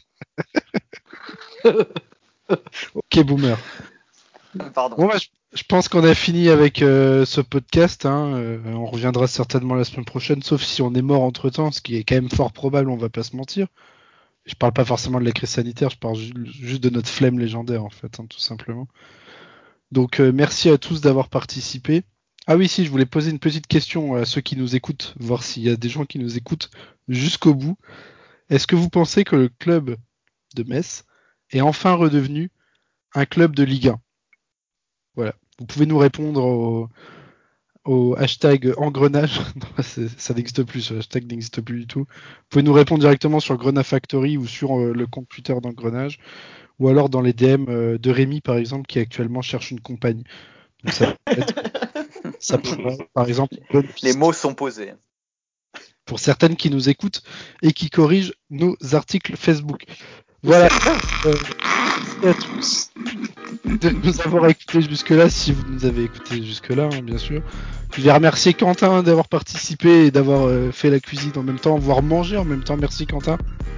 Ok, boomer. Pardon. Bon, bah, je pense qu'on a fini avec ce podcast. Hein. On reviendra certainement la semaine prochaine, sauf si on est mort entre-temps, ce qui est quand même fort probable, on va pas se mentir. Je parle pas forcément de la crise sanitaire, je parle juste de notre flemme légendaire, en fait, hein, tout simplement. Donc merci à tous d'avoir participé. Ah oui, si, je voulais poser une petite question à ceux qui nous écoutent, voir s'il y a des gens qui nous écoutent jusqu'au bout. Est-ce que vous pensez que le club de Metz est enfin redevenu un club de Ligue 1? Voilà. Vous pouvez nous répondre au hashtag engrenage. Non, ça n'existe plus, ce hashtag n'existe plus du tout. Vous pouvez nous répondre directement sur Grenat Factory ou sur le compte Twitter d'Engrenage, ou alors dans les DM de Rémi, par exemple, qui actuellement cherche une compagne. Donc ça peut être, par exemple, les mots sont posés. Pour certaines qui nous écoutent et qui corrigent nos articles Facebook. Voilà. Merci à tous de nous avoir écoutés jusque-là, si vous nous avez écoutés jusque-là, hein, bien sûr. Je vais remercier Quentin d'avoir participé et d'avoir fait la cuisine en même temps, voire manger en même temps. Merci Quentin.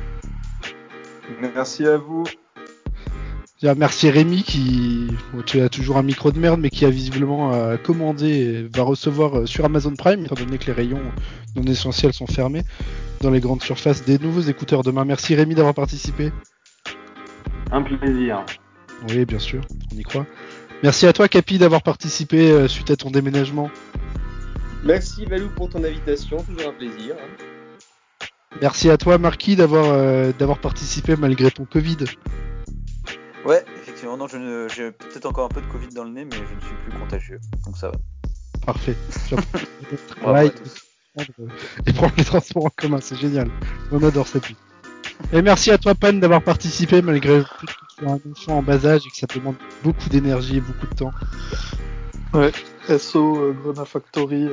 Merci à vous. Je vais remercier Rémi qui tu as toujours un micro de merde mais qui a visiblement commandé et va recevoir sur Amazon Prime, étant donné que les rayons non essentiels sont fermés dans les grandes surfaces, des nouveaux écouteurs demain. Merci Rémi d'avoir participé. Un plaisir. Oui, bien sûr, on y croit. Merci à toi, Capi, d'avoir participé suite à ton déménagement. Merci Valou pour ton invitation, toujours un plaisir. Merci à toi, Marquis, d'avoir participé malgré ton Covid. Ouais, effectivement, non, j'ai peut-être encore un peu de Covid dans le nez, mais je ne suis plus contagieux, donc ça va. Parfait. Bravo à tous. Et prendre les transports en commun, c'est génial. On adore cette vie. Et merci à toi, Pan, d'avoir participé malgré le fait que tu sois un enfant en bas âge et que ça demande beaucoup d'énergie et beaucoup de temps. Ouais, SO, Grenat Factory.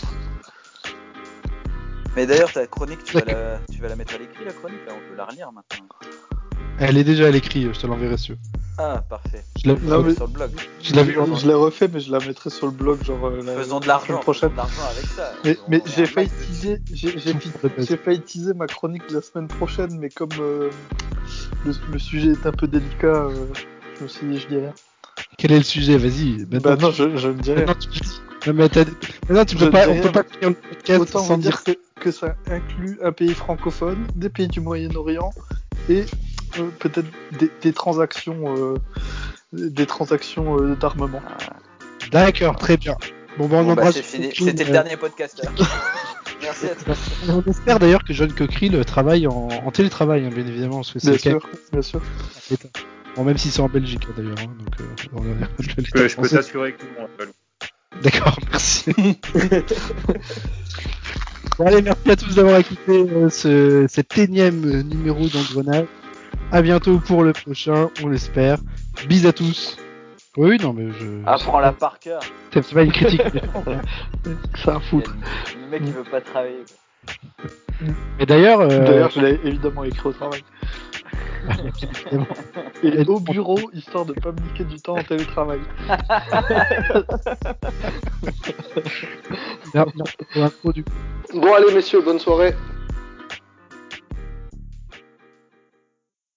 Mais d'ailleurs, ta chronique, tu vas la mettre à l'écrit, la chronique, là, on peut la relire maintenant. Elle est déjà à l'écrit, je te l'enverrai sur. Ah, parfait. Je l'ai mais- sur le blog. Je l'ai vu Je l'ai refait, mais je la mettrai sur le blog, genre Faisons de la l'argent, semaine prochaine. faisons de l'argent avec ça. Mais On est j'ai un failli max de- teaser, j'ai failli teaser ma chronique de la semaine prochaine, mais comme le sujet est un peu délicat, je me suis dit je dis rien. Quel est le sujet? Vas-y. Bah non, je ne dis rien. Maintenant, tu dis. Non, mais maintenant, tu Je peux pas. dis On rien, peut pas finir le podcast Autant sans vous dire. dire que ça inclut un pays francophone, des pays du Moyen-Orient et peut-être des transactions, d'armement. D'accord, très bien. Bon, on Bon, bah, embrasse. c'est fini. Coqueril, C'était le dernier podcast. Alors. Merci à tous. On espère d'ailleurs que John Coqueril travaille en télétravail, hein, bien évidemment, parce que c'est Bien sûr. Bon, même si c'est en Belgique hein, d'ailleurs, hein, donc Je peux t'assurer que non, Valou. D'accord, merci. Bon, allez, merci à tous d'avoir écouté cet énième numéro d'Engrenage. À bientôt pour le prochain, on l'espère. Bis à tous. Oui, non, mais Apprends-la par cœur. c'est pas une critique. C'est un foutre. Le mec, il veut pas travailler. Quoi. Et d'ailleurs, D'ailleurs, je l'ai évidemment écrit au travail. Et au bureau, histoire de pas me niquer du temps en télétravail. Merci pour l'intro du coup. Bon, allez, messieurs, bonne soirée.